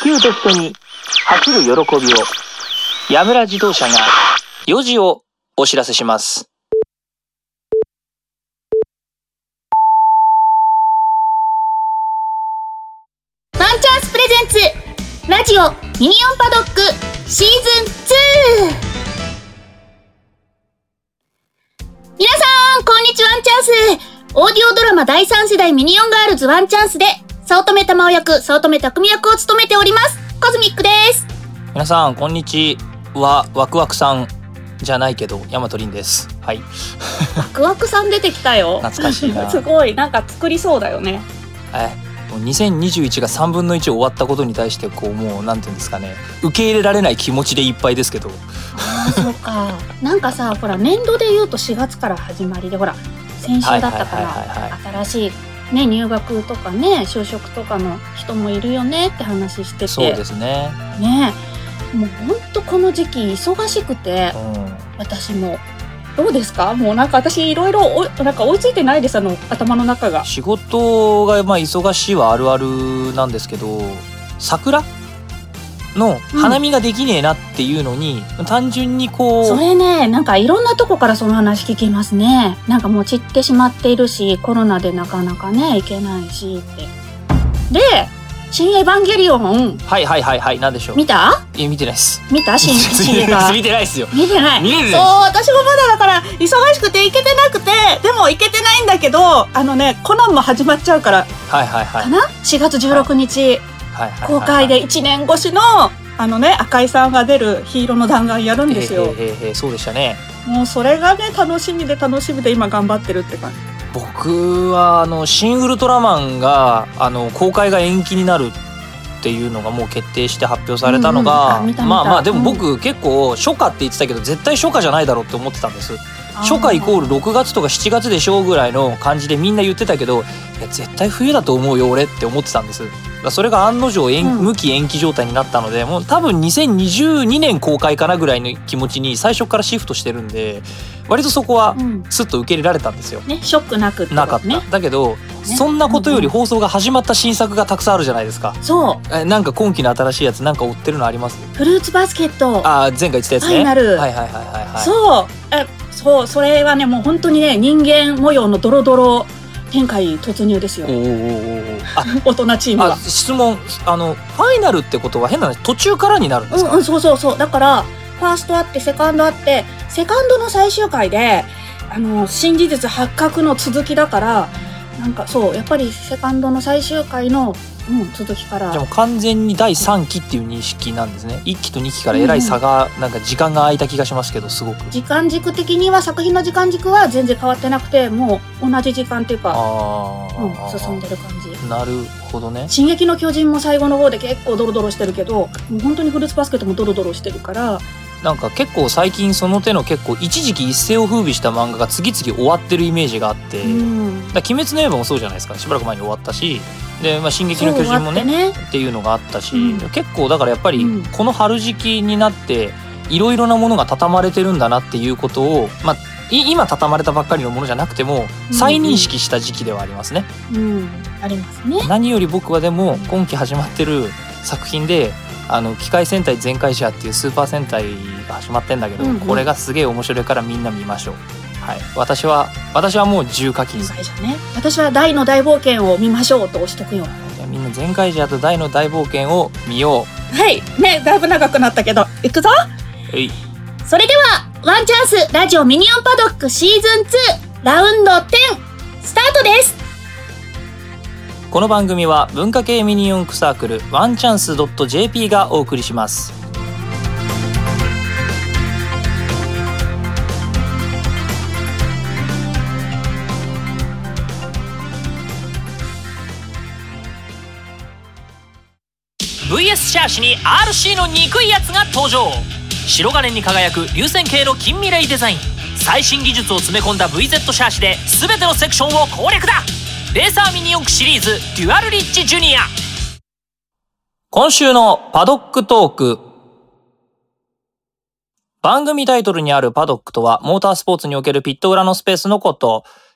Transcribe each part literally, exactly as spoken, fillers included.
球と人に走る喜びを、ヤムラ自動車がよじをお知らせします。 ワンチャンスプレゼンツラジオミニオンパドックシーズンツー。皆さんこんにちは、ワンチャンス。オーディオドラマだいさん世代ミニオンガールズワンチャンスで早乙女玉緒役、早乙女匠役を務めておりますコズミックです。 皆さんこんにちは、ワクワクさんじゃないけどヤマトリンです。はい。 ワクワクさん出てきたよ。 懐かしいな。 すごいなんか作りそうだよね。 えにせんにじゅういちがさんぶんのいち終わったことに対してこうもうなんていうんですかね、受け入れられない気持ちでいっぱいですけど。 あそうか。なんかさ、ほら年度で言うとしがつから始まりで、ほら先週だったから新しいね入学とかね就職とかの人もいるよねって話してて。 そうですね。 ねもうほんとこの時期忙しくて、うん、私もどうですか？もうなんか私いろいろなんか追いついてないです、あの頭の中が。 仕事がまあ忙しいはあるあるなんですけど、桜の花見ができねえなっていうのに、うん、単純にこうそれね、なんかいろんなとこからその話聞きますね。なんかもう散ってしまっているし、コロナでなかなかね行けないしってで、新エヴァンゲリオン。 はいはいはいはい、なんでしょう。 見た？ いや見てないです。 見た？新新エヴァ。 見てないですよ。 見てない。 見れる。 そう、私もまだだから忙しくて行けてなくて、でも行けてないんだけど、あのねコナンも始まっちゃうから。 はいはいはい。 かな？しがつじゅうろくにち、はい、公開でいちねん越しのあのね赤井さんが出るヒーローの弾丸やるんですよ。 えー、えー、えー、そうでしたね。 もうそれがね楽しみで楽しみで今頑張ってるって感じ。 僕はあの新ウルトラマンがあの公開が延期になるっていうのがもう決定して発表されたのが、うんうん、あまあまあでも僕、うん、結構初夏って言ってたけど絶対初夏じゃないだろうって思ってたんです。初夏イコールろくがつとかしちがつでしょうぐらいの感じでみんな言ってたけど、いや絶対冬だと思うよ俺って思ってたんです。それが案の定、うん、無期延期状態になったので、もう多分にせんにじゅうにねん公開かなぐらいの気持ちに最初からシフトしてるんで、割とそこはスッと受け入れられたんですよ、 うんね、ショックなくって、ね、 なかった。だけど、ね、そんなことより放送が始まった新作がたくさんあるじゃないですか。 そうえなんか今期の新しいやつなんか追ってるのあります？ フルーツバスケット。 あ前回言ってたやつね。 ファイナル。 はいはいはいはい、はい、 そうえそうそれはねもう本当にね人間模様のドロドロ展開突入ですよ。おーあ大人チームが。 あ質問、あのファイナルってことは変な話途中からになるんですか？ うん、うん、そうそうそう。だからファーストあってセカンドあって、セカンドの最終回であの新事実発覚の続きだから、なんかそうやっぱりセカンドの最終回の、うん、続きから。 じゃあもう完全にだいさんきっていう認識なんですね。いっきとにきからえらい差が、うん、なんか時間が空いた気がしますけど、すごく時間軸的には作品の時間軸は全然変わってなくて、もう同じ時間っていうか、あ、うん、進んでる感じ。 なるほどね。 進撃の巨人も最後の方で結構ドロドロしてるけど、もう本当にフルーツバスケットもドロドロしてるから。 なんか結構最近その手の結構一時期一世を風靡した漫画が次々終わってるイメージがあって、うん、だ鬼滅の刃もそうじゃないですか。しばらく前に終わったし、で、まあ、進撃の巨人も ね, ねっていうのがあったし、うん、結構だからやっぱりこの春時期になっていろいろなものが畳まれてるんだなっていうことを、まあ、今畳まれたばっかりのものじゃなくても再認識した時期ではありますね、 うんうん、ありますね。 何より僕はでも今期始まってる作品であの機械戦隊全開者っていうスーパー戦隊が始まってんだけど、うんうん、これがすげえ面白いからみんな見ましょう。はい、私は私はもう重課金です、 ね、私は大の大冒険を見ましょうと押しとくよ。 じゃあみんな全開者と大の大冒険を見よう。はいね、だいぶ長くなったけどいくぞ。はい、それではワンチャンスラジオミニオンパドックシーズンツーラウンドテンスタートです。 この番組は文化系ミニ四駆サークルワンチャンス .jp がお送りします。ブイエス シャーシに アールシー の憎いやつが登場。白金に輝く流線形の近未来デザイン、最新技術を詰め込んだ ブイゼット シャーシで全てのセクションを攻略だ。レーサーミニ四駆シリーズデュアルリッチジュニア。今週のパドックトーク。番組タイトルにあるパドックとはモータースポーツにおけるピット裏のスペースのこと。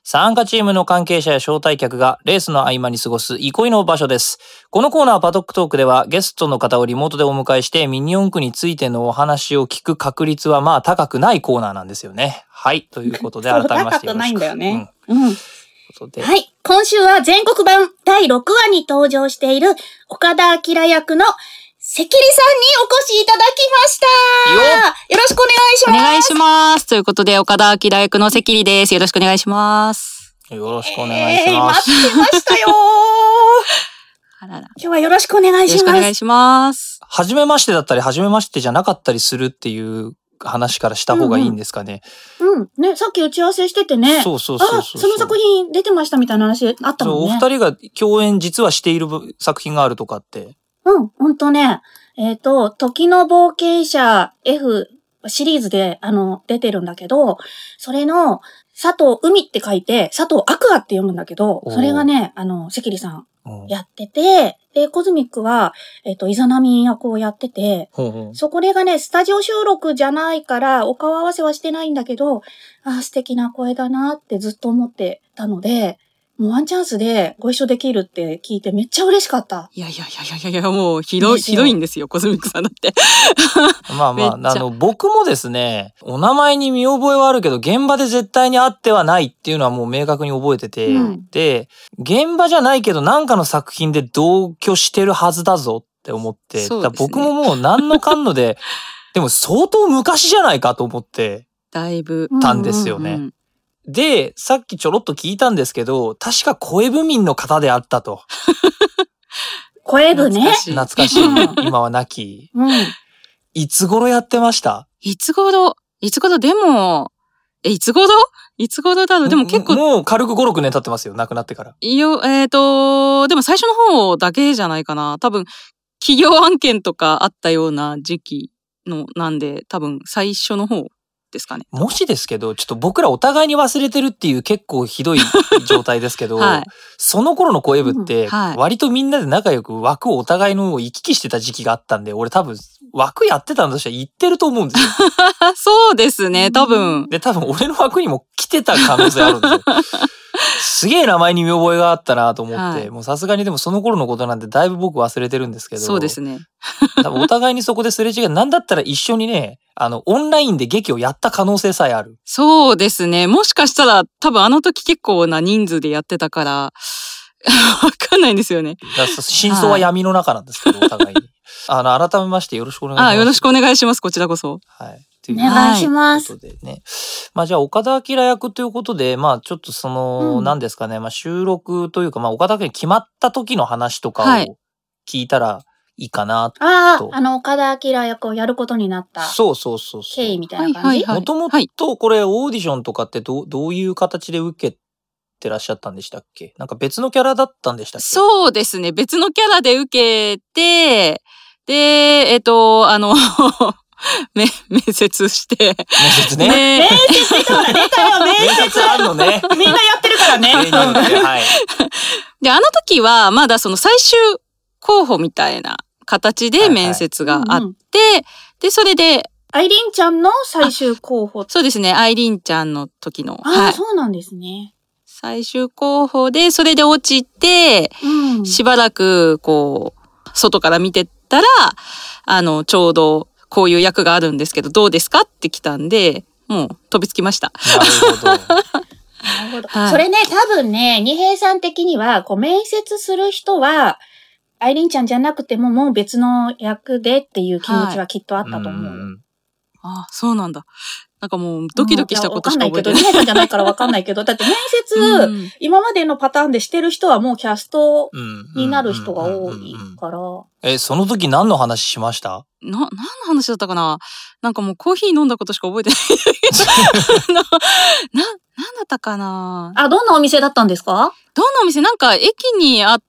参加チームの関係者や招待客がレースの合間に過ごす憩いの場所です。このコーナーパドックトークではゲストの方をリモートでお迎えしてミニ四駆についてのお話を聞く確率はまあ高くないコーナーなんですよね。はい。ということで改めましてよろしく。 高くないんだよね。 うん。 うん。はい。今週は全国版だいろくわに登場している岡田明役の関里さんにお越しいただきました。よ, よろしくお願いします。 お願いします。ということで岡田明役の関里です。よろしくお願いします。 よろしくお願いします。 えー、待ってましたよあらら。今日はよろしくお願いします。 よろしくお願いします。 初めましてだったり初めましてじゃなかったりするっていう話からした方がいいんですかね。 うん、うん、うん。ね、さっき打ち合わせしててね。 そうそうそうそうそう。 あ、その作品出てましたみたいな話あったもんね。 そう、お二人が共演実はしている作品があるとかって。 うん、ほんとね。えっと、時の冒険者 F シリーズで、あの、出てるんだけど、それの、佐藤海って書いて、佐藤アクアって読むんだけど、それがね、あの、関里さんやってて、で、コズミックは、えっと、イザナミ役をやってて、ほうほうそこでがね、スタジオ収録じゃないから、お顔合わせはしてないんだけど、ああ、素敵な声だなってずっと思ってたので、もうワンチャンスでご一緒できるって聞いてめっちゃ嬉しかった。 いやいやいやいやいや、もうひどい、ひどいんですよ、コズミックさんだって。 まあまあ、あの、僕もですね、お名前に見覚えはあるけど、現場で絶対に会ってはないっていうのはもう明確に覚えてて、うん、で、現場じゃないけどなんかの作品で同居してるはずだぞって思って、そうですね、僕ももう何のかんので、でも相当昔じゃないかと思って、 だいぶ、 たんですよね。うんうんうん、で、さっきちょろっと聞いたんですけど、確か小江部民の方であったと。 小江部ね。 懐かしい。今は亡き。うん。いつ頃やってました？ いつ頃いつ頃でも、え、いつ頃いつ頃だろうでも結構。 もう軽くご、ろくねん経ってますよ。亡くなってから。 いよ、えっと、でも最初の方だけじゃないかな。多分、企業案件とかあったような時期の、なんで、多分最初の方。ですかね。 もしですけど、ちょっと僕らお互いに忘れてるっていう結構ひどい状態ですけど、はい、その頃の小江部って割とみんなで仲良く枠をお互いのを行き来してた時期があったんで、俺多分枠やってたんだとしたら言ってると思うんですよ。 そうですね、多分。 で、多分俺の枠にも来てた可能性あるんですよ。すげえ名前に見覚えがあったなと思って、はい、もうさすがにでもその頃のことなんでだいぶ僕忘れてるんですけど。 そうですね。 多分お互いにそこですれ違い、なんだったら一緒にね、あの、オンラインで劇をやった可能性さえある。 そうですね。もしかしたら多分あの時結構な人数でやってたから、わかんないんですよね。 真相は闇の中なんですけど、はい、お互いに。あの、改めましてよろしくお願いします。 あ、よろしくお願いします。こちらこそ。 はい。 お願いします。 ということでね。まあじゃあ岡田明役ということで、まあちょっとその、うん、何ですかね、まあ収録というか、まあ岡田明に決まった時の話とかを聞いたらいいかなと。 はい、ああ、あの岡田明役をやることになった。 そうそうそうそう。 経緯みたいな感じ。 もともとこれオーディションとかってどう、どういう形で受けてらっしゃったんでしたっけ？なんか別のキャラだったんでしたっけ？ そうですね。別のキャラで受けて、で、えっと、あの、面接して。 面接ね。 ね面接出たら出たよ、面接。 面接あんのね。 みんなやってるからね。 はい。で、あの時はまだその最終候補みたいな形で面接があって、はいはいうんうん、で、それで、 アイリンちゃんの最終候補。 そうですね、アイリンちゃんの時の。 ああ、はい、そうなんですね。 最終候補で、それで落ちて、うん、しばらく、こう、外から見てたら、あの、ちょうど、こういう役があるんですけど、どうですかって来たんで、もう飛びつきました。 なるほど。なるほど。はい、それね、多分ね、二平さん的には、こう、面接する人は、アイリンちゃんじゃなくても、もう別の役でっていう気持ちはきっとあったと思う。はい、うああ、そうなんだ。なんかもうドキドキしたことしか覚えてない。 わかんないけど、二平さんじゃないからわかんないけど、だって面接、うん、今までのパターンでしてる人はもうキャストになる人が多いから。 え、その時何の話しました？ な、何の話だったかな？なんかもうコーヒー飲んだことしか覚えてない。な、な、なんだったかな？ あ、どんなお店だったんですか？ どんなお店？なんか駅にあった、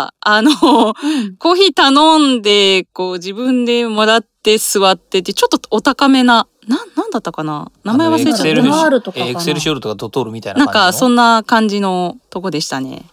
あの、うん、コーヒー頼んで、こう自分でもらって座ってて、ちょっとお高めな、な、なんだったかな？名前忘れちゃった。 エクセルシオールとかエクセルシオールとかドトールみたいな感じの。 なんかそんな感じのとこでしたね。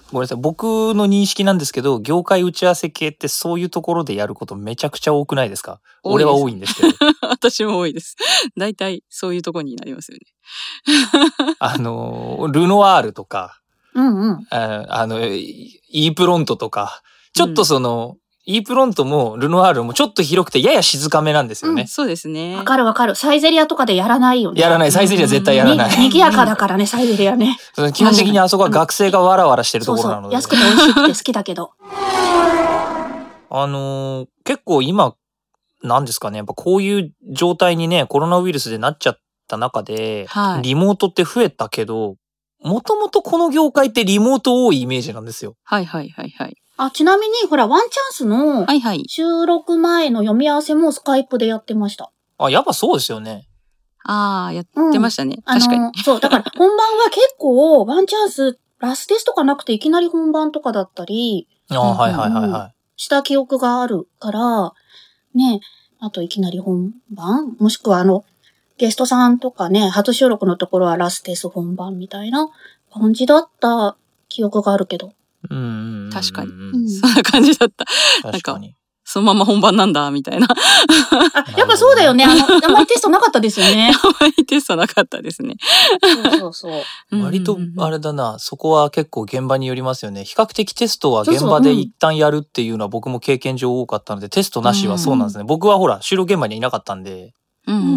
ごめんなさい。僕の認識なんですけど、業界打ち合わせ系ってそういうところでやることめちゃくちゃ多くないですか？俺は多いんですけど。 私も多いです。大体そういうところになりますよね。 あの、ルノワールとか、 うんうん。 ああの、イープロントとか、ちょっとその、うんイープロントもルノワールもちょっと広くてやや静かめなんですよね。うん、 そうですね。 わかるわかる。サイゼリアとかでやらないよね。 やらない。サイゼリア絶対やらない。 に賑やかだからね、サイゼリアね。 基本的にあそこは学生がわらわらしてるところなので。 そうそう。安くて美味しくて好きだけど。 あのー、結構今、なんですかね。やっぱこういう状態にね、コロナウイルスでなっちゃった中で、はい、リモートって増えたけど、もともとこの業界ってリモート多いイメージなんですよ。 はいはいはいはい。 あ、ちなみに、ほら、ワンチャンスの、収録前の読み合わせもスカイプでやってました。 あ、やっぱそうですよね。 ああ、やってましたね。うん、確かに。 そう、だから本番は結構、ワンチャンス、ラステスとかなくていきなり本番とかだったり、 ああ、はいはいはいはい。 した記憶があるから、ね、あといきなり本番もしくはあの、ゲストさんとかね、初収録のところはラステス本番みたいな感じだった記憶があるけど。 うんうんうん、 確かに、うん。そんな感じだった。 確かに。 そのまま本番なんだ、みたいな。 あ、やっぱそうだよね。あの、あまりテストなかったですよね。 あまりテストなかったですね。 そうそうそう。 割と、あれだな、そこは結構現場によりますよね。比較的テストは現場で一旦やるっていうのは僕も経験上多かったので、テストなしはそうなんですね。うん、僕はほら、収録現場にはいなかったんで。 うんうんうん、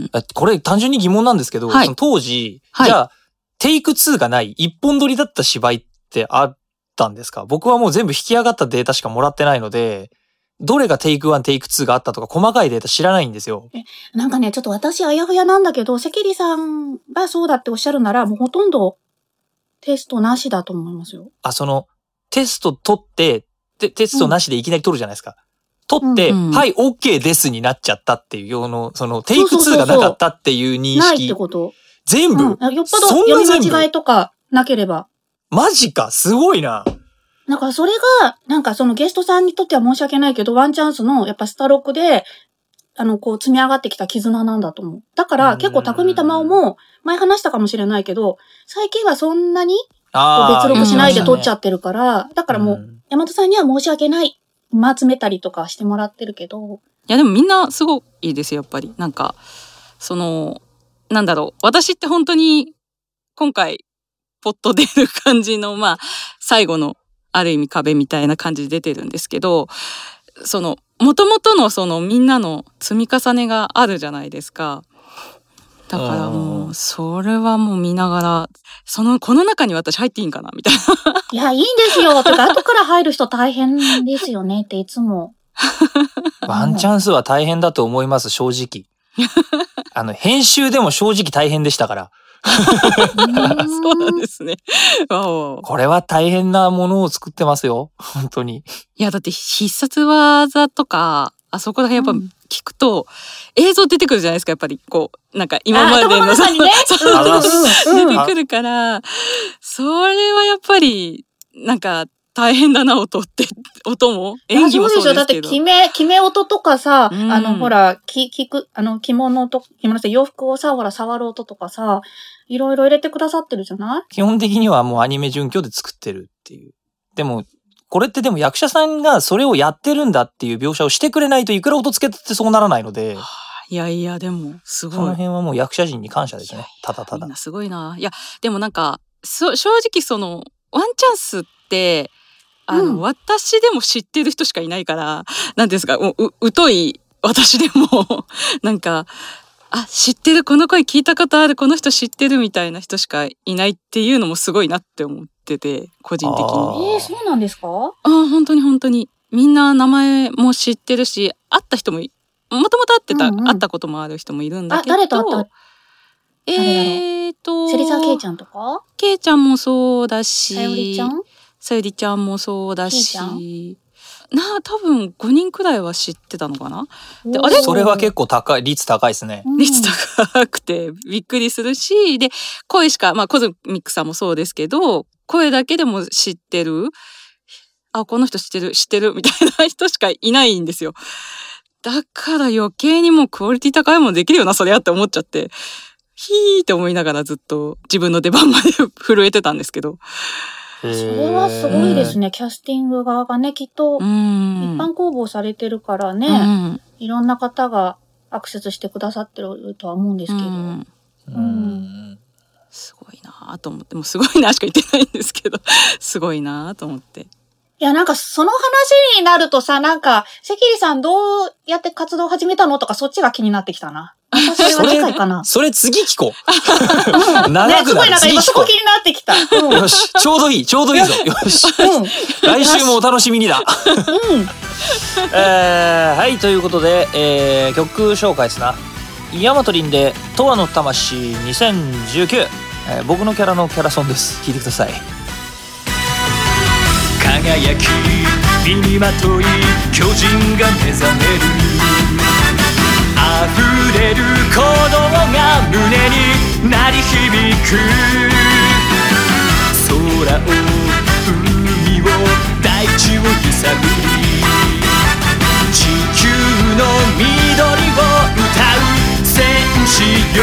これ単純に疑問なんですけど、はい、その当時、はい、じゃあ、テイクツーがない一本撮りだった芝居ってあったんですか？僕はもう全部引き上がったデータしかもらってないので、どれがテイクワン、テイクツーがあったとか細かいデータ知らないんですよ。 え、なんかね、ちょっと私あやふやなんだけど、関里さんがそうだっておっしゃるなら、もうほとんどテストなしだと思いますよ。 あ、その、テスト取って、テ, テストなしでいきなり取るじゃないですか。うん、取って、うん、はい、OK ですになっちゃったっていうような、その、テイクツーがなかったっていう認識。そうそうそうそうないってこと。 全部、 うん、よっぽど読み間違いとかなければ。 マジか、すごいな。 なんかそれが、なんかそのゲストさんにとっては申し訳ないけど、ワンチャンスのやっぱスタロクで、あの、こう積み上がってきた絆なんだと思う。だから結構匠玉緒も、前話したかもしれないけど、最近はそんなに別録しないで撮っちゃってるから、だからもう、大和さんには申し訳ない。間詰めたりとかしてもらってるけど。 いやでもみんなすごいですよ、やっぱり。なんか、その、なんだろう。私って本当に、今回、ポッと出る感じの、まあ、最後の、ある意味壁みたいな感じで出てるんですけど、その、元々のそのみんなの積み重ねがあるじゃないですか。だからもう、それはもう見ながら、その、この中に私入っていいんかなみたいな。 いや、いいんですよ。てか、後から入る人大変ですよねっていつも。 ワンチャンスは大変だと思います、正直。あの、編集でも正直大変でしたから。 そうなんですね。 これは大変なものを作ってますよ。本当に。 いや、だって必殺技とか、あそこら辺やっぱ聞くと、うん、映像出てくるじゃないですか、やっぱり。こう、なんか今までの。 さにね、 出てくるから、それはやっぱり、なんか、大変だな、音って。音も演技もそうですけど。そうでしょ。 だって決め、決め音とかさ、うん、あの、ほら、き、聞く、あの、着物と、着物って洋服をさ、ほら、触る音とかさ、いろいろ入れてくださってるじゃない？ 基本的にはもうアニメ準拠で作ってるっていう。でも、これってでも役者さんがそれをやってるんだっていう描写をしてくれないといくら音つけてってそうならないので。 いやいや、でも、すごい。 その辺はもう役者陣に感謝ですね。ただただ。 みんなすごいな。いや、でもなんか、そ正直その、ワンチャンスって、あの、うん、私でも知ってる人しかいないから、なんですか、う、う、疎い私でも、なんか、あ、知ってる、この声聞いたことある、この人知ってるみたいな人しかいないっていうのもすごいなって思ってて、個人的に。 えー、そうなんですか？ あ、本当に本当に。みんな名前も知ってるし、会った人も、もともと会ってた、うんうん、会ったこともある人もいるんだけど。 あ、誰と会った？ えーと、 芹沢ケイちゃんとか？ ケイちゃんもそうだし、 さゆりちゃん？ さゆりちゃんもそうだし、なあ、多分ごにんくらいは知ってたのかな。 で、あれそれは結構高い、率高いですね。 率高くてびっくりするし、で、声しか、まあコズミックさんもそうですけど、声だけでも知ってる。あ、この人知ってる、知ってるみたいな人しかいないんですよ。だから余計にもうクオリティ高いもんできるよな、そりゃって思っちゃって、ヒーって思いながらずっと自分の出番まで震えてたんですけど。 それはすごいですね。キャスティング側がね、きっと一般公募されてるからね、うん、いろんな方がアクセスしてくださってるとは思うんですけど。うんうん、 すごいなと思って、もうすごいなしか言ってないんですけど、すごいなと思って。 いや、なんかその話になるとさ、なんか、関里さんどうやって活動を始めたのとかそっちが気になってきたな。またそれは次回かな。 それ、それ次聞こう。長くなる。 ね、すごいなんか今そこ気になってきた。 うん、よし、ちょうどいい、ちょうどいいぞ。よし。うん、来週もお楽しみにだ。うん。えー、はい、ということで、えー、曲紹介ですな。ヤマトリンで、とわの魂にせんじゅうきゅう。えー、僕のキャラのキャラソンです。聴いてください。 輝き身にまとい巨人が目覚める、溢れる鼓動が胸に鳴り響く、空を海を大地を揺さぶり、地球の緑を歌う戦士よ、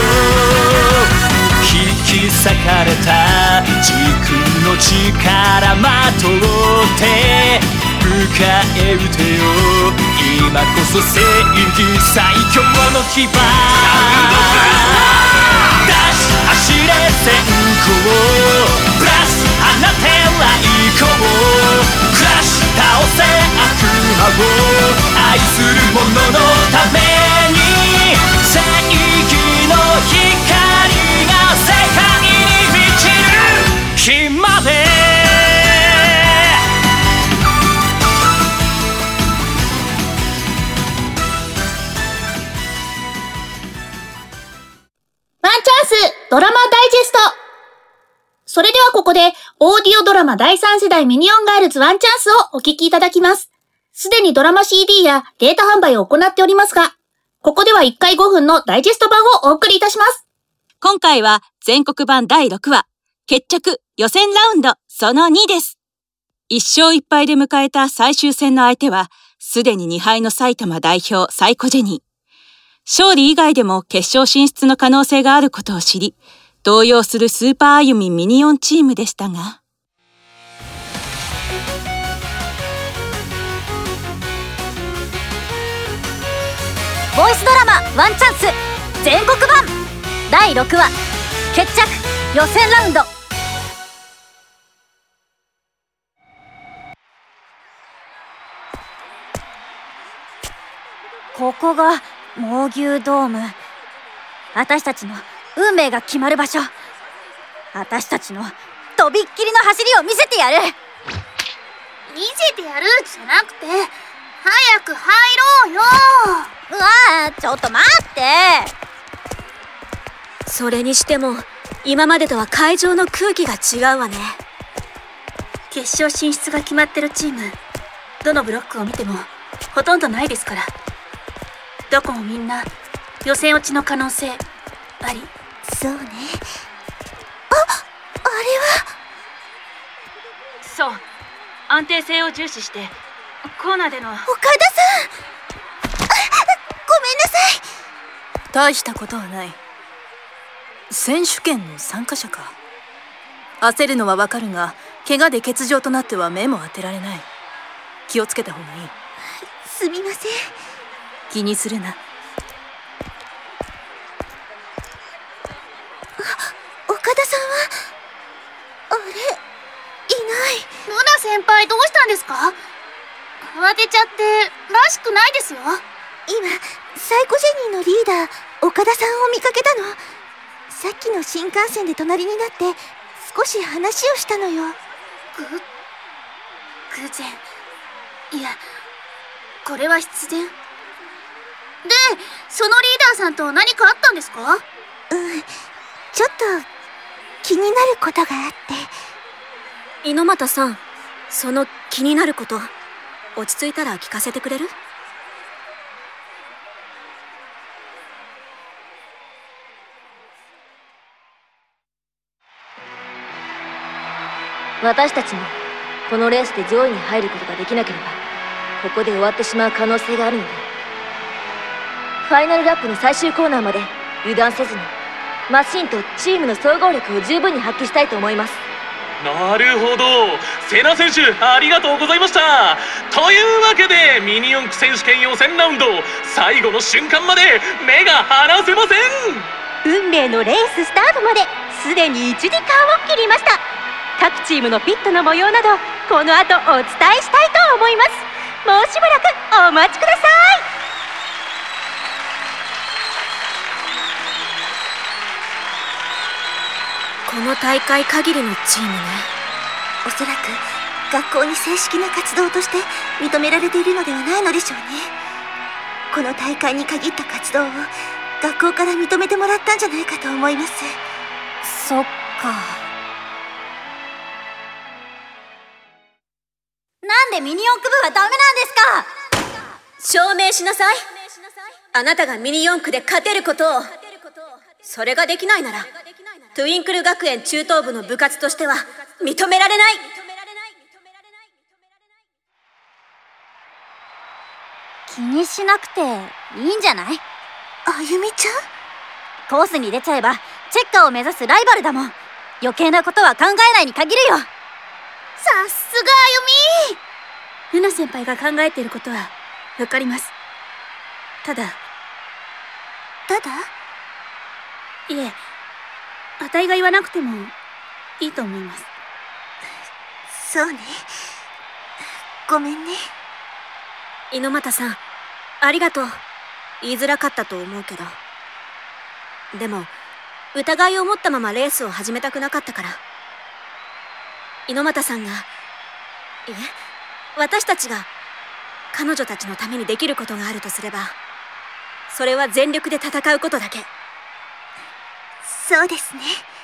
引き裂かれた時空の力まとって迎え撃てよ、今こそ正義最強の牙、ダッシュ走れ先行、プラス放てライコを、クラッシュ倒せ悪魔を、愛する者のために正義の光が世界に満ちる日まで。 ワンチャンスドラマダイジェスト。それではここでオーディオドラマだいさん世代ミニオンガールズワンチャンスをお聞きいただきます。すでにドラマ シーディー やデータ販売を行っておりますが、ここではいっかいごふんのダイジェスト版をお送りいたします。 今回は全国版だいろくわ、決着予選ラウンドそのにです。いっ勝いっ敗で迎えた最終戦の相手は、すでにに敗の埼玉代表サイコジェニー。勝利以外でも決勝進出の可能性があることを知り、動揺するスーパーあゆみミニオンチームでしたが、 ボイスドラマワンチャンス全国版だいろくわ、決着予選ラウンド。ここが猛牛ドーム、私たちの運命が決まる場所、私たちのとびっきりの走りを見せてやる。 見せてやるじゃなくて、早く入ろうよ。 うわー、ちょっと待って。それにしても今までとは会場の空気が違うわね。 決勝進出が決まってるチーム、どのブロックを見てもほとんどないですから。どこもみんな予選落ちの可能性あり。 そうね。あ、あれは。 そう、安定性を重視してコーナーでの。岡田さん、 ごめんなさい。 大したことはない。選手権の参加者か。焦るのはわかるが、怪我で欠場となっては目も当てられない。気をつけた方がいい。 すみません。 気にするな。 岡田さんはあれ、いない。 ルナ先輩どうしたんですか？慌てちゃってらしくないですよ。 今サイコジェニーのリーダー岡田さんを見かけたの。さっきの新幹線で隣になって少し話をしたのよ。 ぐ偶然、いやこれは必然で、そのリーダーさんと何かあったんですか？ うん、ちょっと気になることがあって。猪俣さん、その気になること落ち着いたら聞かせてくれる？ 私たちもこのレースで上位に入ることができなければ、ここで終わってしまう可能性があるので、ファイナルラップの最終コーナーまで油断せずにマシンとチームの総合力を十分に発揮したいと思います。 なるほど、セナ選手ありがとうございました。というわけでミニ四駆選手権予選ラウンド最後の瞬間まで目が離せません。 運命のレーススタートまですでにいちじかんを切りました。各チームのピットの模様などこの後お伝えしたいと思います。もうしばらくお待ちください。 この大会限りのチームね。 おそらく学校に正式な活動として認められているのではないのでしょうね。この大会に限った活動を学校から認めてもらったんじゃないかと思います。 そっか。 なんでミニ四駆部はダメなんですか？ 証明しなさい。あなたがミニ四駆で勝てることを。それができないならトゥインクル学園中等部の部活としては認められない。 気にしなくていいんじゃない？ あゆみちゃん？ コースに出ちゃえばチェッカーを目指すライバルだもん。余計なことは考えないに限るよ。 さすがあゆみ。ルナ先輩が考えていることはわかります。ただただいえ、あたいが言わなくてもいいと思います。 そうね、ごめんね。 猪俣さん、ありがとう。言いづらかったと思うけど、でも疑いを持ったままレースを始めたくなかったから。猪俣さんが、いえ、私たちが彼女たちのためにできることがあるとすれば、それは全力で戦うことだけ。 そうですね。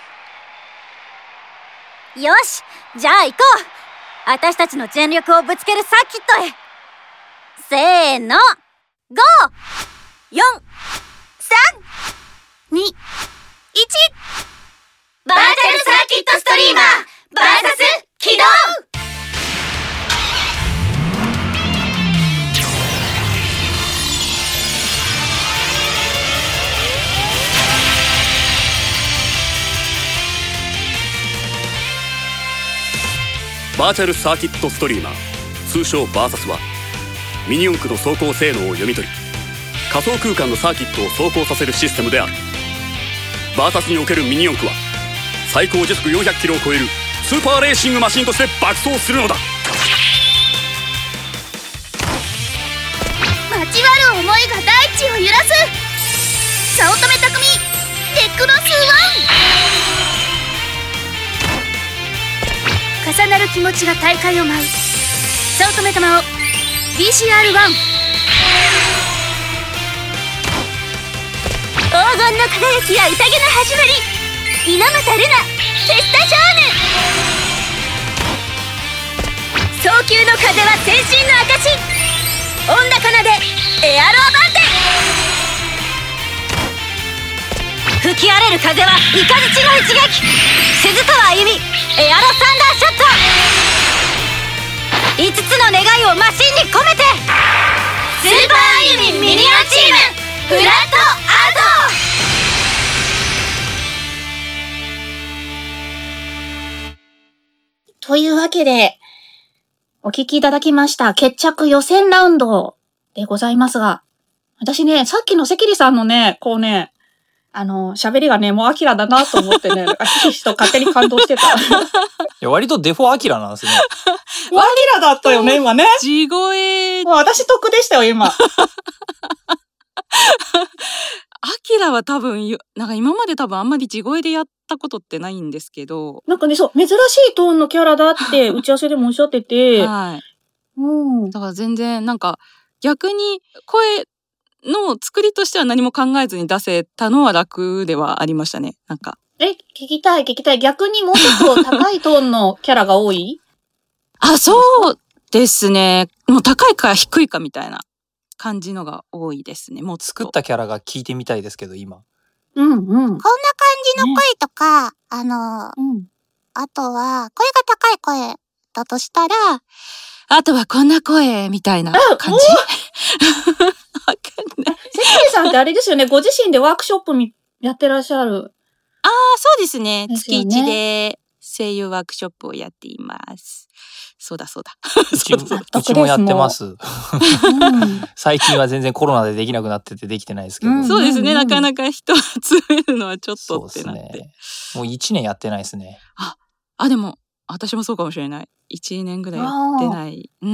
よし、じゃあ行こう。私たちの全力をぶつけるサーキットへ。せーの、ゴー！ よん、さん、に、いち。 バーチャルサーキットストリーマーバーサス起動。 バーチャルサーキットストリーマー、通称バーサスはミニ四駆の走行性能を読み取り仮想空間のサーキットを走行させるシステムである。バーサスにおけるミニ四駆は最高時速よんひゃくキロを超えるスーパーレーシングマシンとして爆走するのだ。 交わる思いが大地を揺らす早乙女匠テクノスワン。重なる気持ちが大会を舞う早乙女玉緒 ビーシーアールワン。 黄金の輝きは宴の始まり。猪俣ルナフェスタジョーヌ。 早急の風は先進の証。音高奏でエアローバンテ。 吹き荒れる風は雷の一撃。鈴川あゆみエアロサンダーショット。いつつの願いをマシンに込めて。 スーパーあゆみミニオンチームフラットアウト。というわけで、お聞きいただきました決着予選ラウンドでございますが、私ね、さっきの関里さんのね、こうね、あの、喋りがね、もうアキラだなと思ってね、ひしひしと勝手に感動してた。いや、割とデフォアキラなんですね。 アキラだったよね、今ね。 地声。 もう私得でしたよ、今。 アキラは多分、なんか今まで多分あんまり地声でやったことってないんですけど。 なんかね、そう、珍しいトーンのキャラだって打ち合わせでもおっしゃってて。 はい。 うん。 だから全然、なんか逆に声の作りとしては何も考えずに出せたのは楽ではありましたね。なんか。 え、聞きたい聞きたい。逆にもうちょっと高いトーンのキャラが多い？ あ、そうですね。もう高いか低いかみたいな感じのが多いですね。もう作ったキャラが聞いてみたいですけど、今。 うんうん。こんな感じの声とか、ね、あの、うん、あとは、声が高い声だとしたら、 あとはこんな声みたいな感じ。わかんない。 関里さんってあれですよね、ご自身でワークショップやってらっしゃる。 ああ、そうですね。月一で声優ワークショップをやっています。そうだそうだ。 うちうちもやってます。最近は全然コロナでできなくなっててできてないですけど。うん、 そうですね。なかなか人集めるのはちょっとってなって。そうですね。 もういちねんやってないですね。 あ、あでも私もそうかもしれない。いちねんぐらいやってない。うん。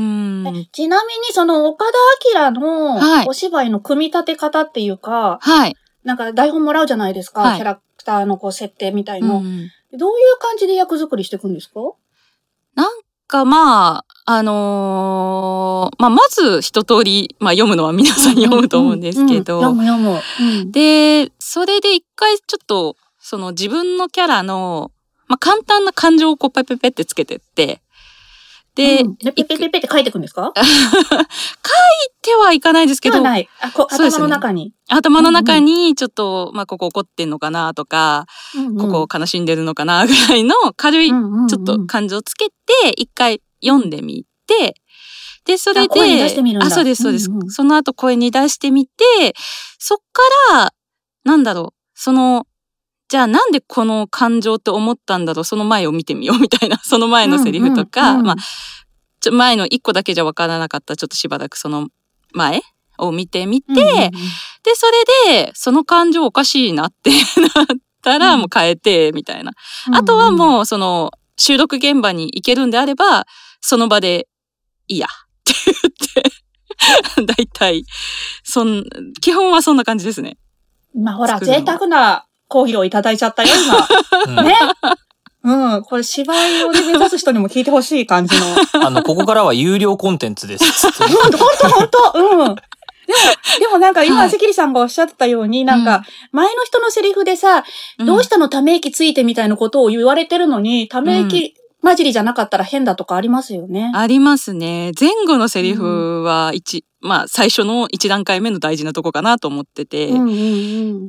ちなみにその岡田明のお芝居の組み立て方っていうか、はい。なんか台本もらうじゃないですか。はい、キャラクターのこう設定みたいの、うん。どういう感じで役作りしていくんですか？ なんかまあ、あのー、まあまず一通り、まあ読むのは皆さん読むと思うんですけど。 うんうんうん、読む読む。 うん、で、それで一回ちょっと、その自分のキャラの、まあ簡単な感情をこうペペペってつけてって、で、 うん、ペペペペペって書いていくんですか？ 書いてはいかないですけど。 ではない。あ、こ頭の中に、ね。 頭の中にちょっと、まあここ怒ってんのかなとか、うんうん、ここ悲しんでるのかなぐらいの軽いちょっと感情つけて、一回読んでみて、で、それで、 声に出してみるんだ。 あ、そうです、そうです。うんうん、その後声に出してみて、そっから、なんだろう、その、じゃあなんでこの感情って思ったんだろう、その前を見てみようみたいな、その前のセリフとか、うんうんうん、まあ、ちょ前の一個だけじゃわからなかった、ちょっとしばらくその前を見てみて、うんうんうん、で、それで、その感情おかしいなってなったらもう変えて、みたいな。うんうん、あとはもう、その、収録現場に行けるんであれば、その場でいいやって言って、だいたい、そん、基本はそんな感じですね。 まあほら、贅沢な講義をいただいちゃったよ、今。ね。うん。これ芝居を目指す人にも聞いてほしい感じの。 あの、ここからは有料コンテンツです。 ほんと、ほんと、ほんと。うん。でも、でもなんか今、関、はい、さんがおっしゃってたように、なんか、前の人のセリフでさ、うん、どうしたのため息ついてみたいなことを言われてるのに、ため息、混じりじゃなかったら変だとかありますよね。 ありますね。前後のセリフは一、うん、まあ最初の一段階目の大事なとこかなと思ってて、うんうんうん、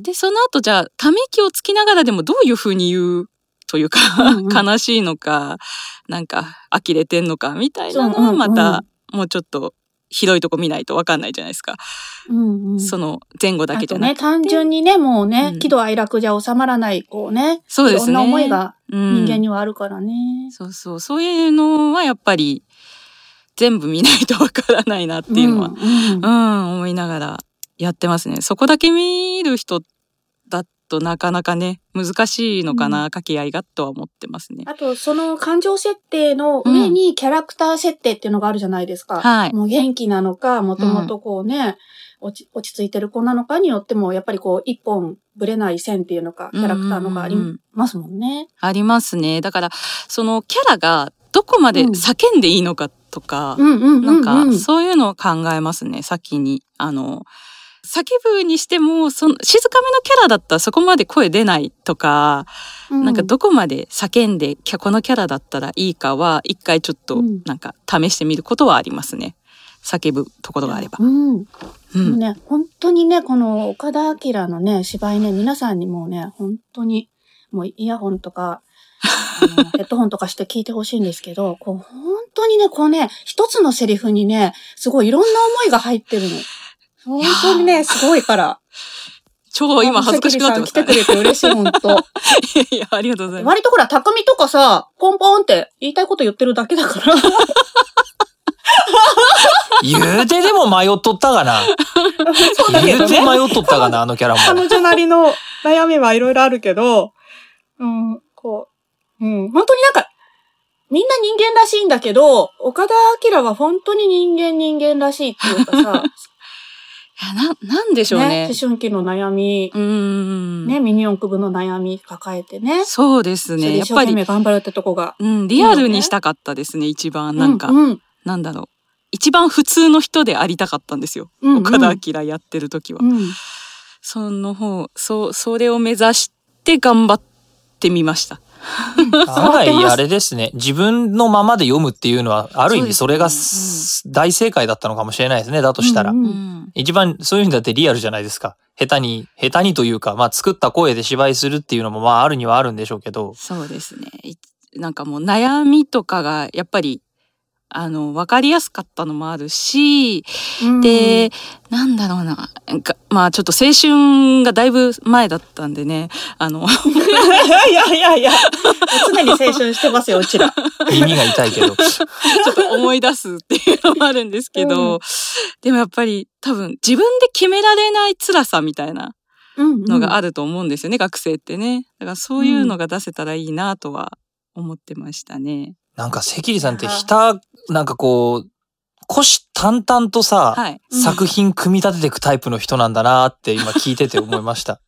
でその後じゃあため息をつきながらでもどういう風に言うというか、うんうん、悲しいのかなんか呆れてんのかみたいなのはまたもうちょっと広いとこ見ないと分かんないじゃないですか。うんうん、その前後だけじゃなくて。 あとね、単純にね、もうね、うん、喜怒哀楽じゃ収まらない、こうね。 そうですね。 いろんな思いが人間にはあるからね、 うん。そうそう。そういうのはやっぱり全部見ないと分からないなっていうのは、うん、うんうん、思いながらやってますね。そこだけ見る人だとなかなかね、難しいのかな、うん、掛け合いがとは思ってますね。 あと、その感情設定の上にキャラクター設定っていうのがあるじゃないですか。はい。もう元気なのか、もともとこうね、うん、落ち、落ち着いてる子なのかによっても、やっぱりこう、一本ぶれない線っていうのか、キャラクターのがありますもんね。うんうんうん、 ありますね。だから、そのキャラがどこまで叫んでいいのかとか、 うんうんうんうん、 なんか、そういうのを考えますね、先に。あの、叫ぶにしても、その、静かめのキャラだったらそこまで声出ないとか、うん、なんかどこまで叫んで、このキャラだったらいいかは、一回ちょっと、なんか試してみることはありますね。叫ぶところがあれば。 うんうん、ね、本当にね、この岡田明のね、芝居ね、皆さんにもね、本当に、もうイヤホンとか、あのヘッドホンとかして聞いてほしいんですけど、こう本当にね、こうね、一つのセリフにね、すごいいろんな思いが入ってるの。本当にね、すごいから。 超今恥ずかしくなってますね。来てくれて嬉しい、本当。 いやいや、ありがとうございます。 割とほら、匠とかさ、ポンポンって言いたいこと言ってるだけだから。 言うてでも迷っとったかな。そうだけどね。言うて迷っとったかな、あのキャラも。 彼女なりの悩みはいろいろあるけど、うん、こう、うん、本当になんか、みんな人間らしいんだけど、岡田明は本当に人間人間らしいっていうかさ、 いや、な、なんでしょうね。 ね、思春期の悩み、うん、ね、ミニ四駆部の悩み抱えてね。 そうですね。 やっぱり。一生懸命頑張るってとこがいい、ね。うん、リアルにしたかったですね、一番。なんか、うんうん、なんだろう。一番普通の人でありたかったんですよ。うんうん、岡田明やってる時は。うん、その方、そう、それを目指して頑張ってみました。 案外あれですね。自分のままで読むっていうのは、ある意味それが大正解だったのかもしれないですね。だとしたら。うんうん、一番そういう意味だってリアルじゃないですか。下手に、下手にというか、まあ作った声で芝居するっていうのもまああるにはあるんでしょうけど。 そうですね。なんかもう悩みとかがやっぱりあの分かりやすかったのもあるし、うん、でなんだろうな、まあちょっと青春がだいぶ前だったんでね、あのいやいやいやいや常に青春してますようちら。 耳が痛いけどちょっと思い出すっていうのもあるんですけど、うん、でもやっぱり多分自分で決められない辛さみたいなのがあると思うんですよね、うんうん、学生ってね。だからそういうのが出せたらいいなとは思ってましたね。 なんか関里さんってひたなんかこう虎視眈々とさ、はいうん、作品組み立てていくタイプの人なんだなって今聞いてて思いました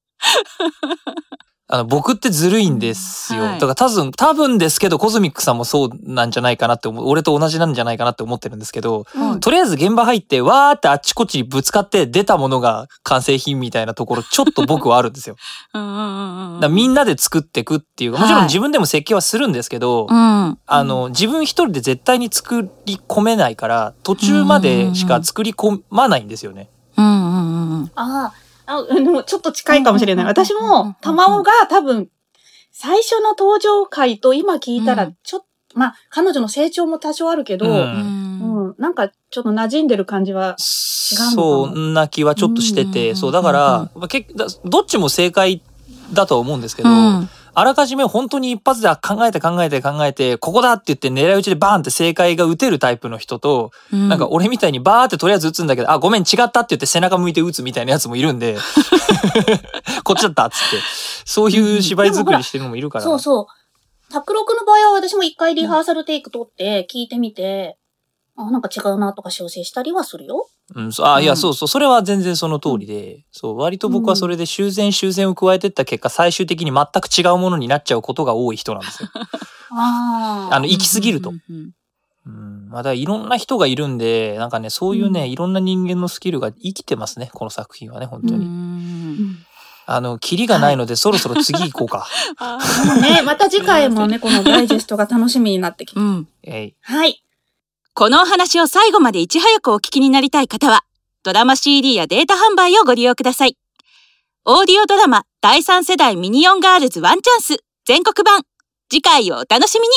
あの僕ってずるいんですよ、はい、だから多分多分ですけどコズミックさんもそうなんじゃないかなって思う、俺と同じなんじゃないかなって思ってるんですけど、うん、とりあえず現場入ってわーってあっちこっちにぶつかって出たものが完成品みたいなところちょっと僕はあるんですよだからみんなで作っていくっていうか、もちろん自分でも設計はするんですけど、はい、あの自分一人で絶対に作り込めないから途中までしか作り込まないんですよね。 うんうんうん、あああでもちょっと近いかもしれない。私も、玉緒が多分、最初の登場回と今聞いたら、ちょっと、うん、まあ、彼女の成長も多少あるけど、うんうん、なんかちょっと馴染んでる感じは違うのかも。 そんな気はちょっとしてて、そう、だから、うん、どっちも正解だとは思うんですけど、うんあらかじめ本当に一発で考えて考えて考えてここだって言って狙い撃ちでバーンって正解が打てるタイプの人と、うん、なんか俺みたいにバーってとりあえず打つんだけどあごめん違ったって言って背中向いて打つみたいなやつもいるんでこっちだったっつってそういう芝居作りしてるのもいるから、 うん、そうそう卓録の場合は私も一回リハーサルテイク取って聞いてみて、うん、あなんか違うなとか修正したりはするよ。 うん、あいやそうそうそれは全然その通りで、うん、そう割と僕はそれで修繕修繕を加えていった結果最終的に全く違うものになっちゃうことが多い人なんですよああの行き過ぎると、うんうんうん、まあだいろんな人がいるんでなんかねそういうね、うん、いろんな人間のスキルが生きてますねこの作品はね本当に。うんあのキリがないので、はい、そろそろ次行こうかねまた次回もねこのダイジェストが楽しみになってきて、うん、 えいはいこのお話を最後までいち早くお聞きになりたい方は、ドラマ シーディー やデータ販売をご利用ください。オーディオドラマだいさん世代ミニオンガールズワンチャンス全国版。次回をお楽しみに。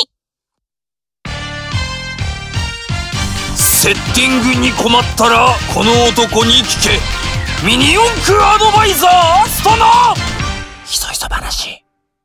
セッティングに困ったらこの男に聞け。ミニ四駆アドバイザーアストのひそひそ話。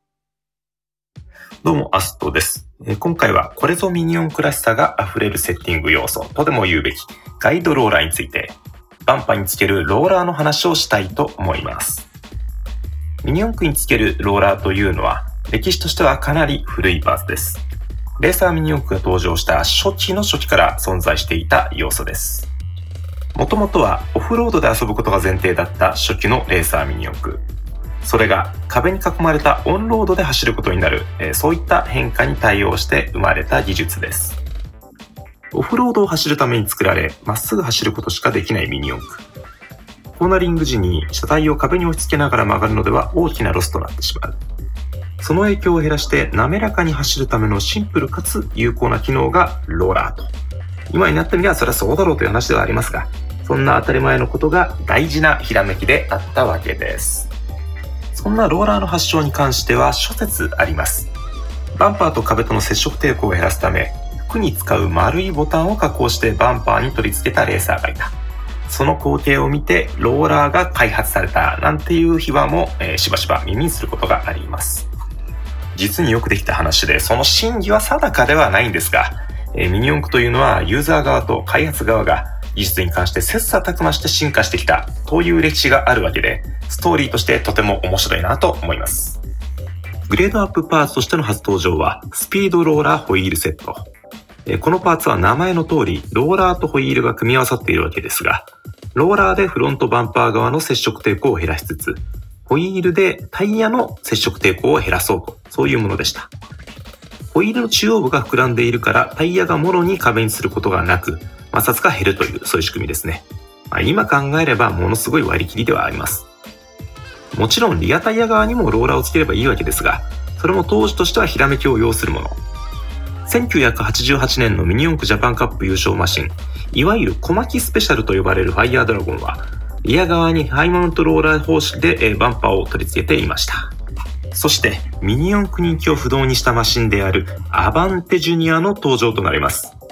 どうもアストです。今回はこれぞミニ四駆らしさが溢れるセッティング要素とでも言うべきガイドローラーについて、バンパーにつけるローラーの話をしたいと思います。ミニ四駆につけるローラーというのは歴史としてはかなり古いパーツです。レーサーミニ四駆が登場した初期の初期から存在していた要素です。もともとはオフロードで遊ぶことが前提だった初期のレーサーミニ四駆。それが壁に囲まれたオンロードで走ることになる、えー、そういった変化に対応して生まれた技術です。オフロードを走るために作られ、まっすぐ走ることしかできないミニ四駆。コーナリング時に車体を壁に押し付けながら曲がるのでは大きなロスとなってしまう。その影響を減らして滑らかに走るためのシンプルかつ有効な機能がローラーと。今になってみればそれはそうだろうという話ではありますが、そんな当たり前のことが大事なひらめきであったわけです。そんなローラーの発祥に関しては諸説あります。バンパーと壁との接触抵抗を減らすため、服に使う丸いボタンを加工してバンパーに取り付けたレーサーがいた。その光景を見てローラーが開発されたなんていう秘話も、えー、しばしば耳にすることがあります。実によくできた話で、その真偽は定かではないんですが、えー、ミニ四駆というのはユーザー側と開発側が技術に関して切磋琢磨して進化してきたという歴史があるわけで、ストーリーとしてとても面白いなと思います。グレードアップパーツとしての初登場はスピードローラーホイールセット。このパーツは名前の通りローラーとホイールが組み合わさっているわけですが、ローラーでフロントバンパー側の接触抵抗を減らしつつ、ホイールでタイヤの接触抵抗を減らそうと、そういうものでした。ホイールの中央部が膨らんでいるからタイヤがもろに壁にすることがなく、摩擦が減るという、そういう仕組みですね。まあ、今考えればものすごい割り切りではあります。もちろんリアタイヤ側にもローラーをつければいいわけですが、それも当時としてはひらめきを要するもの。せんきゅうひゃくはちじゅうはちねんのミニ四駆ジャパンカップ優勝マシン、いわゆる小巻スペシャルと呼ばれるファイヤードラゴンは、リア側にハイマウントローラー方式でバンパーを取り付けていました。そしてミニ四駆人気を不動にしたマシンであるアバンテジュニアの登場となります。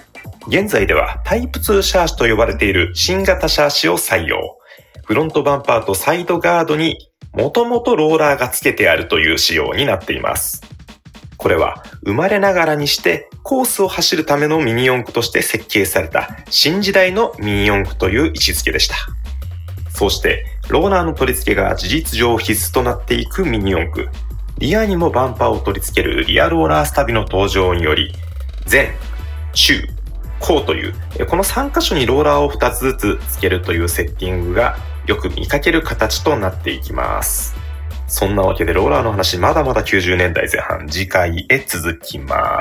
現在ではタイプツーシャーシと呼ばれている新型シャーシを採用。フロントバンパーとサイドガードにもともとローラーが付けてあるという仕様になっています。これは生まれながらにしてコースを走るためのミニ四駆として設計された新時代のミニ四駆という位置づけでした。そしてローラーの取り付けが事実上必須となっていくミニ四駆。リアにもバンパーを取り付けるリアローラースタビの登場により、前、中、後というこのさん箇所にローラーをふたつずつ付けるというセッティングがよく見かける形となっていきます。そんなわけでローラーの話まだまだきゅうじゅうねんだいぜん半、次回へ続きます。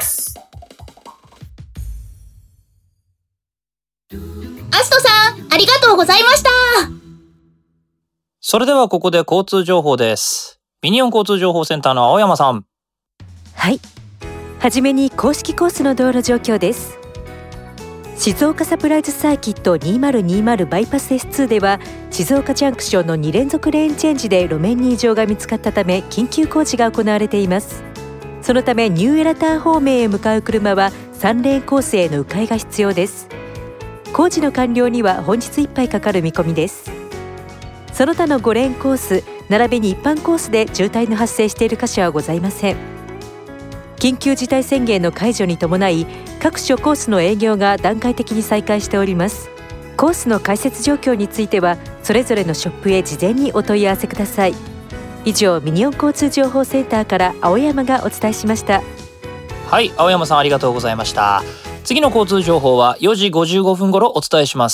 アストさん、ありがとうございました。 それではここで交通情報です。ミニオン交通情報センターの青山さん。 はい、はじめに公式コースの道路状況です。静岡サプライズサーキットにせんにじゅうバイパス エスツー では静岡ジャンクションのに連続レーンチェンジで路面に異常が見つかったため緊急工事が行われています。そのためニューエラター方面へ向かう車はさんレーンコースへの迂回が必要です。工事の完了には本日いっぱいかかる見込みです。その他のごレーンコース並びに一般コースで渋滞の発生している箇所はございません。緊急事態宣言の解除に伴い各種コースの営業が段階的に再開しております。コースの開設状況についてはそれぞれのショップへ事前にお問い合わせください。以上、ミニオン交通情報センターから青山がお伝えしました。 はい、青山さんありがとうございました。次の交通情報はよじごじゅうごふん頃お伝えします。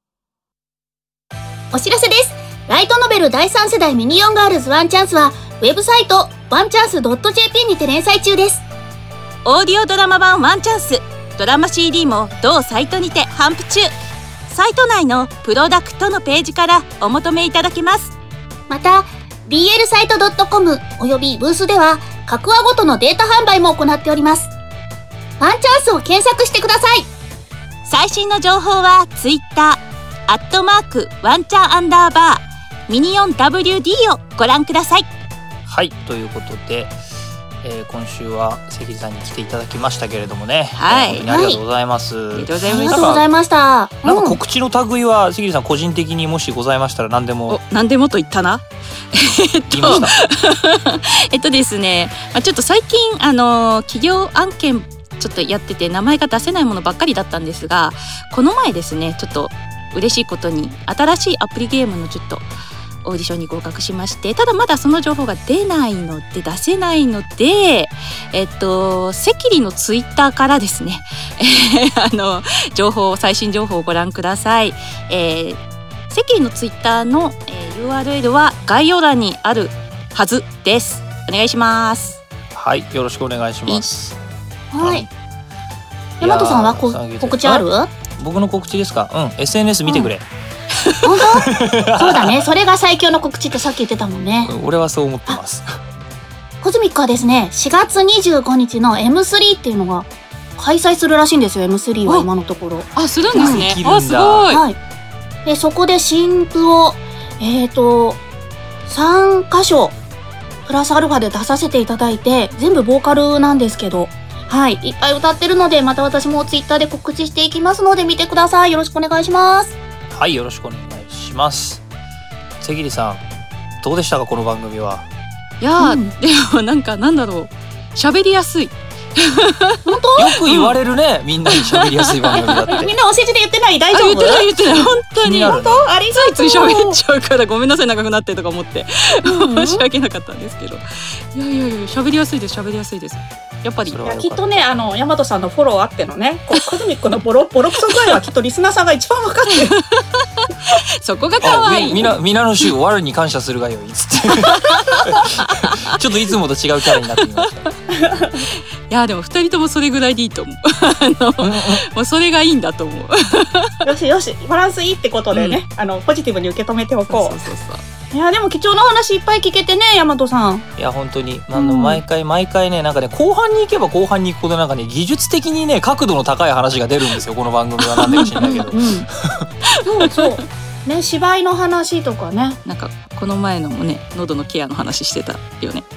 お知らせです。ライトノベルだいさん世代ミニオンガールズワンチャンスはウェブサイトワンチャンス .jp にて連載中です。 オーディオドラマ版ワンチャンスドラマ シーディー も同サイトにて販布中。サイト内のプロダクトのページからお求めいただけます。 また ビーエル サイト .com およびブースでは各話ごとのデータ販売も行っております。ワンチャンスを検索してください。 最新の情報はツイッターアットマークワンチャンアンダーバーミニオン ダブリューディー をご覧ください。 はい、ということで、えー、今週は関さんに来ていただきましたけれどもね、 はい、 えー、ありがとうございます、 はい、ありがとうございました。 ありがとうございました。 なんか告知の類は関さん個人的にもしございましたら何でも。 お、何でもと言ったなえっと言いましたえっとですね、まあ、ちょっと最近あの企業案件ちょっとやってて名前が出せないものばっかりだったんですが、この前ですねちょっと嬉しいことに新しいアプリゲームのちょっとオーディションに合格しまして、ただまだその情報が出ないので出せないので、えっとセキリのツイッターからですねあの情報最新情報をご覧ください。えー、セキリのツイッターの、えー、ユーアールエル は概要欄にあるはずです。お願いします。 はい、よろしくお願いします。 はい。大和さんはこ告知ある？ 僕の告知ですか？うん、エスエヌエス 見てくれ。うん本当そうだね、それが最強の告知ってさっき言ってたもんね。 俺はそう思ってます。 コズミックはですねしがつにじゅうごにちの エムスリー っていうのが開催するらしいんですよ。 エムスリー は今のところ。 あ、するんですね。 あ、すごい。 はい。でそこで新譜をえーとさんかしょプラスアルファで出させていただいて、全部ボーカルなんですけど、はい、いっぱい歌ってるので、また私もツイッターで告知していきますので見てください。よろしくお願いします。 はい、よろしくお願いします。関里さんどうでしたかこの番組は。 いやー、うん、でもなんかなんだろう、喋りやすい本当？ よく言われるね、うん、みんなに喋りやすい番組だってみんなお世辞で言ってない？大丈夫？ 言ってない言ってない、本当に、ね、 本当？ありがとう。 ついつい喋っちゃうからごめんなさい長くなってとか思って申し訳なかったんですけど、いやいやいや喋りやすいです喋りやすいです。やっぱりいやきっとね、あの大和さんのフォローあってのね、こうコズミックのボロボロクソ具合はきっとリスナーさんが一番分かってるそこが可愛い。 みな皆の衆我に感謝するがよいっつってちょっといつもと違うキャラになってみましたいやでもふたりともそれぐらいでいいと思うあのもうそれがいいんだと思うよしよし、バランスいいってことでね、うん、あのポジティブに受け止めておこう。そうそうそう。いやでも貴重な話いっぱい聞けてね、大和さん。 いや本当にあの毎回毎回ね、なんかね後半に行けば後半に行くほどなんかね技術的にね角度の高い話が出るんですよこの番組は。なんでか知らないけどうん、 そうそうね、芝居の話とかね、 なんかこの前のもね喉のケアの話してたよね。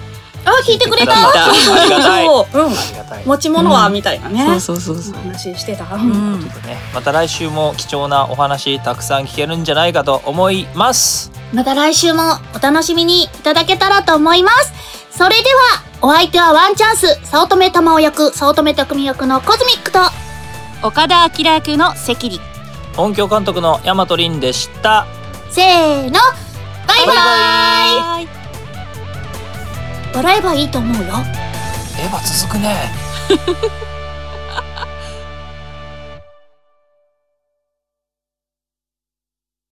あ、聞いてくれた。 ありがたい。 そうそう、うん、ありがたい。持ち物はみたいなね。 そうそうそう。 話してた。 ということでね、また来週も貴重なお話たくさん聞けるんじゃないかと思います。 また来週もお楽しみにいただけたらと思います。それではお相手はワンチャンス早乙女玉緒役、早乙女匠役のコズミックと岡田明役の関里、 音響監督の大和凛でした。 せーの、バイバイ。笑えばいいと思うよ。 エヴァ続くね。